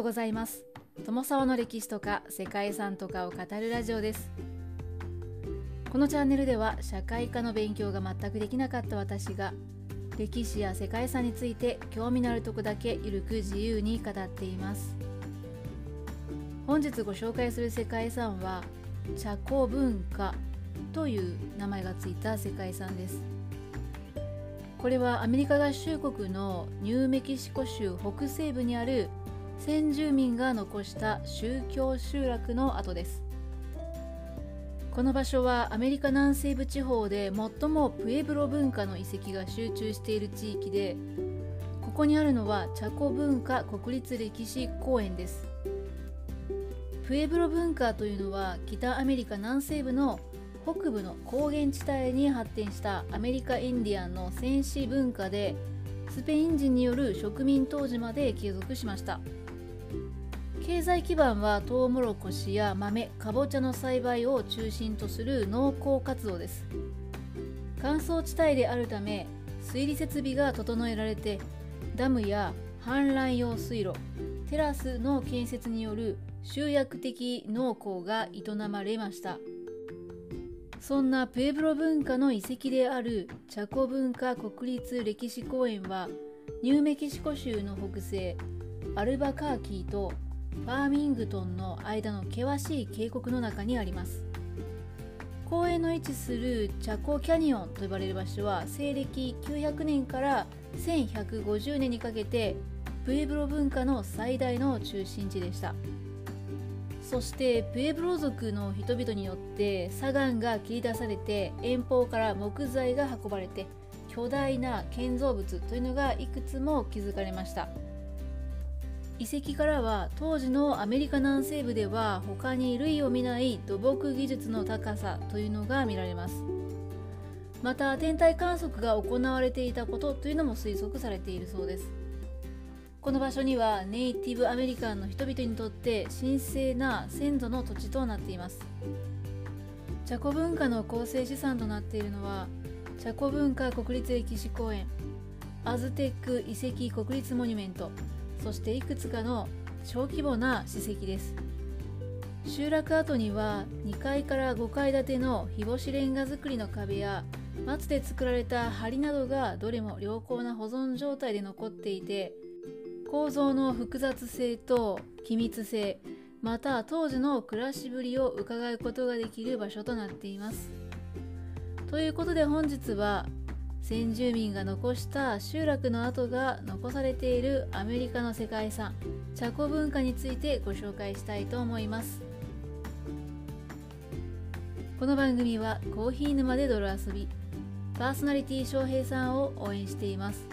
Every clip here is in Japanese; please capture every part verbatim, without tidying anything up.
うございます。友沢の歴史とか世界遺産とかを語るラジオです。このチャンネルでは社会科の勉強が全くできなかった私が歴史や世界遺産について興味のあるとこだけゆるく自由に語っています。本日ご紹介する世界遺産はチャコ文化という名前がついた世界遺産です。これはアメリカ合衆国のニューメキシコ州北西部にある先住民が残した宗教集落の跡です。この場所はアメリカ南西部地方で最もプエブロ文化の遺跡が集中している地域で、ここにあるのはチャコ文化国立歴史公園です。プエブロ文化というのは北アメリカ南西部の北部の高原地帯に発展したアメリカインディアンの戦死文化で、スペイン人による植民当時まで継続しました。経済基盤はトウモロコシや豆、かぼちゃの栽培を中心とする農耕活動です。乾燥地帯であるため水利設備が整えられて、ダムや氾濫用水路、テラスの建設による集約的農耕が営まれました。そんなプエブロ文化の遺跡であるチャコ文化国立歴史公園は、ニューメキシコ州の北西アルバカーキーとファーミングトンの間の険しい渓谷の中にあります。公園の位置するチャコキャニオンと呼ばれる場所は西暦きゅうひゃくねんからせんひゃくごじゅうねんにかけてプエブロ文化の最大の中心地でした。そしてプエブロ族の人々によって砂岩が切り出されて、遠方から木材が運ばれて、巨大な建造物というのがいくつも築かれました。遺跡からは当時のアメリカ南西部では他に類を見ない土木技術の高さというのが見られます。また天体観測が行われていたことというのも推測されているそうです。この場所にはネイティブアメリカンの人々にとって神聖な先祖の土地となっています。チャコ文化の構成資産となっているのはチャコ文化国立歴史公園、アズテック遺跡国立モニュメント、そしていくつかの小規模な史跡です。集落跡にはにかいからごかい建ての日干しレンガ造りの壁や松で作られた梁などがどれも良好な保存状態で残っていて、構造の複雑性と機密性、また当時の暮らしぶりを伺うことができる場所となっています。ということで本日は先住民が残した集落の跡が残されているアメリカの世界遺産チャコ文化についてご紹介したいと思います。この番組はコーヒー沼で泥遊び、パーソナリティ翔平さんを応援しています。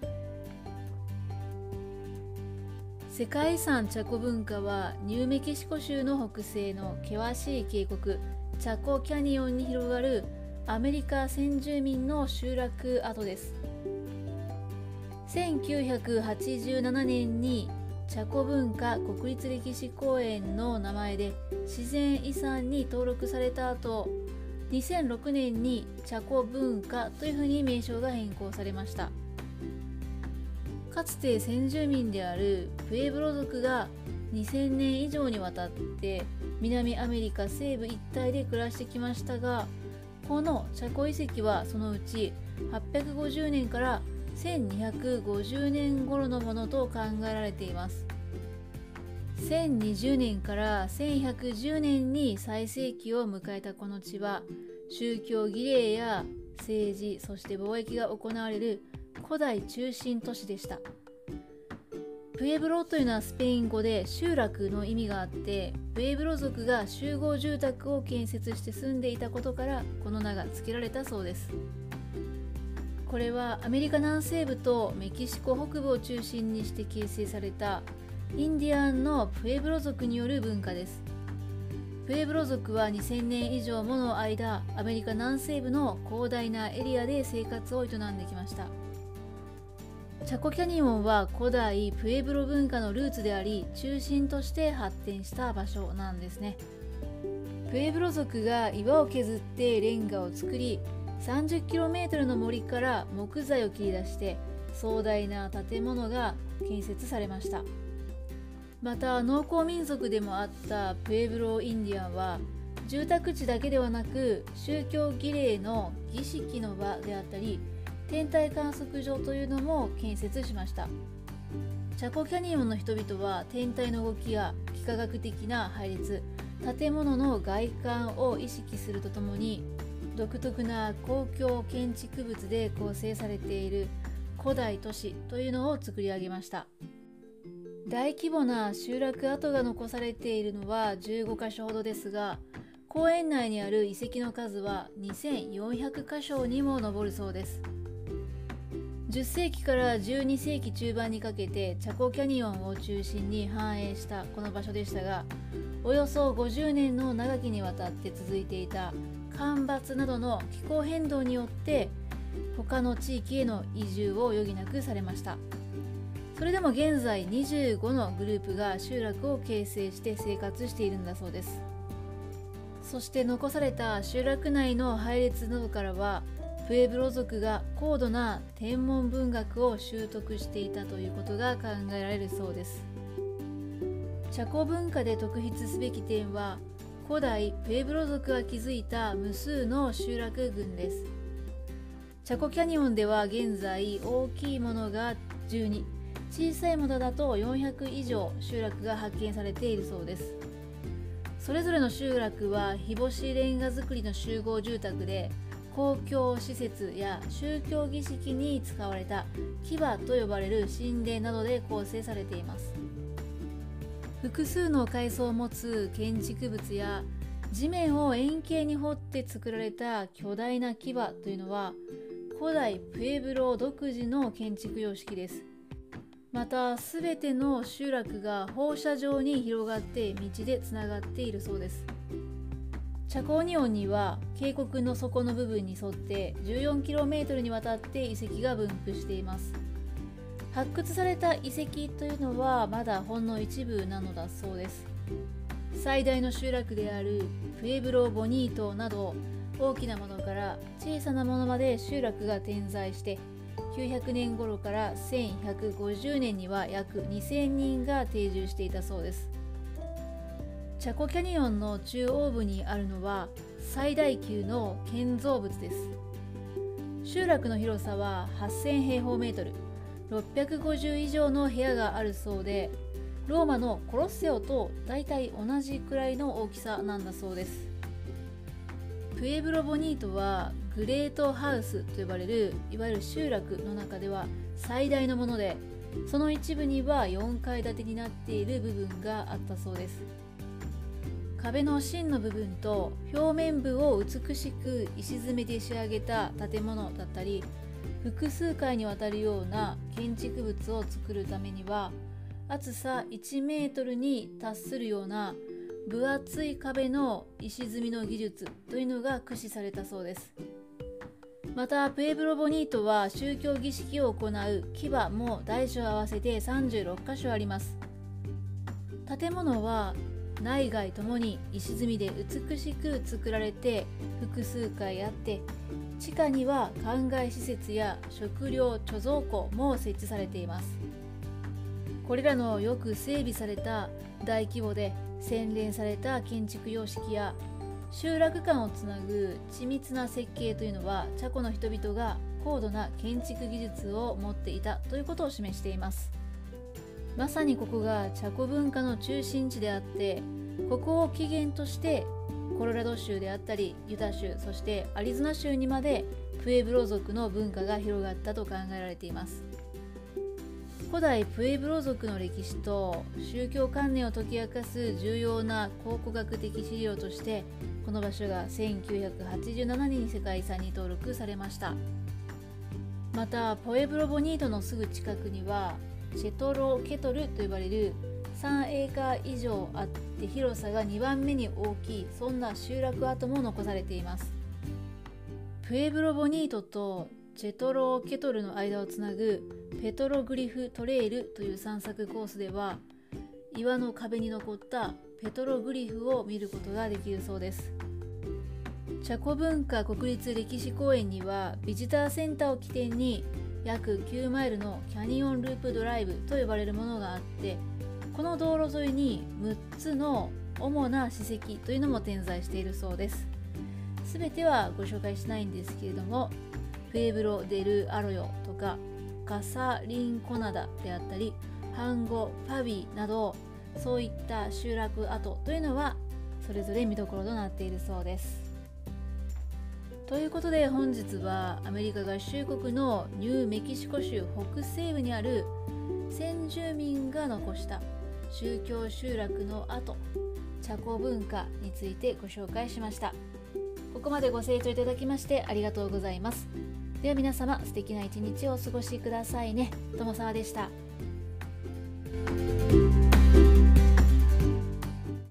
世界遺産チャコ文化はニューメキシコ州の北西の険しい渓谷チャコキャニオンに広がるアメリカ先住民の集落跡です。せんきゅうひゃくはちじゅうななねんにチャコ文化国立歴史公園の名前で自然遺産に登録された後、にせんろくねんにチャコ文化というふうに名称が変更されました。かつて先住民であるプエブロ族がにせんねん以上にわたって南アメリカ西部一帯で暮らしてきましたが、このチャコ遺跡はそのうちはっぴゃくごじゅうねんからせんにひゃくごじゅうねん頃のものと考えられています。せんにじゅうねんからせんひゃくじゅうねんに最盛期を迎えたこの地は、宗教儀礼や政治、そして貿易が行われる古代中心都市でした。プエブロというのはスペイン語で集落の意味があって、プエブロ族が集合住宅を建設して住んでいたことからこの名が付けられたそうです。これはアメリカ南西部とメキシコ北部を中心にして形成されたインディアンのプエブロ族による文化です。プエブロ族はにせんねん以上もの間、アメリカ南西部の広大なエリアで生活を営んできました。チャコキャニオンは古代プエブロ文化のルーツであり、中心として発展した場所なんですね。プエブロ族が岩を削ってレンガを作り、さんじゅっキロメートルの森から木材を切り出して壮大な建物が建設されました。 また農耕民族でもあったプエブロインディアンは住宅地だけではなく宗教儀礼の儀式の場であったり天体観測所というのも建設しました。チャコキャニオンの人々は天体の動きや幾何学的な配列、建物の外観を意識するとともに独特な公共建築物で構成されている古代都市というのを作り上げました。大規模な集落跡が残されているのはじゅうごかしょほどですが、公園内にある遺跡の数はにせんよんひゃくかしょにも上るそうです。じゅっせいきからじゅうにせいき中盤にかけてチャコキャニオンを中心に繁栄したこの場所でしたが、およそごじゅうねんの長きにわたって続いていた干ばつなどの気候変動によって他の地域への移住を余儀なくされました。それでも現在にじゅうごのグループが集落を形成して生活しているんだそうです。そして残された集落内の配列などからはプエブロ族が高度な天文文学を習得していたということが考えられるそうです。チャコ文化で特筆すべき点は古代プエブロ族が築いた無数の集落群です。チャコキャニオンでは現在大きいものがじゅうに、小さいものだとよんひゃくいじょう集落が発見されているそうです。それぞれの集落は日干しレンガ造りの集合住宅で、公共施設や宗教儀式に使われた牙と呼ばれる神殿などで構成されています。複数の階層を持つ建築物や地面を円形に掘って作られた巨大な牙というのは古代プエブロ独自の建築様式です。またすべての集落が放射状に広がって道でつながっているそうです。チャコニオンには渓谷の底の部分に沿って じゅうよんキロメートル にわたって遺跡が分布しています。発掘された遺跡というのはまだほんの一部なのだそうです。最大の集落であるプエブロボニートなど大きなものから小さなものまで集落が点在して、きゅうひゃくねん頃からせんひゃくごじゅうねんには約にせんにんが定住していたそうです。チャコキャニオンの中央部にあるのは最大級の建造物です。集落の広さははっせんへいほうメートル、ろっぴゃくごじゅういじょうの部屋があるそうで、ローマのコロッセオとだいたい同じくらいの大きさなんだそうです。プエブロボニートはグレートハウスと呼ばれるいわゆる集落の中では最大のもので、その一部にはよんかいだてになっている部分があったそうです。壁の芯の部分と表面部を美しく石詰めで仕上げた建物だったり、複数階にわたるような建築物を作るためには厚さいちメートルに達するような分厚い壁の石積みの技術というのが駆使されたそうです。またプエブロボニートは宗教儀式を行う牙も大小合わせてさんじゅうろっかしょあります。建物は内外ともに石積みで美しく作られて複数階あって、地下には灌漑施設や食料貯蔵庫も設置されています。これらのよく整備された大規模で洗練された建築様式や集落間をつなぐ緻密な設計というのは、チャコの人々が高度な建築技術を持っていたということを示しています。まさにここがチャコ文化の中心地であって、ここを起源としてコロラド州であったりユタ州、そしてアリゾナ州にまでプエブロ族の文化が広がったと考えられています。古代プエブロ族の歴史と宗教観念を解き明かす重要な考古学的資料として、この場所がせんきゅうひゃくはちじゅうななねんに世界遺産に登録されました。またプエブロボニートのすぐ近くにはチェトロケトルと呼ばれるさんエーカー以上あって広さがにばんめに大きい、そんな集落跡も残されています。プエブロボニートとチェトロケトルの間をつなぐペトログリフトレイルという散策コースでは、岩の壁に残ったペトログリフを見ることができるそうです。チャコ文化国立歴史公園にはビジターセンターを起点に約きゅうマイルのキャニオンループドライブと呼ばれるものがあって、 この道路沿いにむっつの主な史跡というのも点在しているそうです。すべてはご紹介しないんですけれども、プエブロ・デル・アロヨとかカサ・リンコナダであったり、ハンゴ・ファビーなど、そういった集落跡というのはそれぞれ見どころとなっているそうです。ということで本日はアメリカ合衆国のニューメキシコ州北西部にある先住民が残した宗教集落の跡、チャコ文化についてご紹介しました。ここまでご清聴いただきましてありがとうございます。では皆様、素敵な一日をお過ごしくださいね。ともさわでした。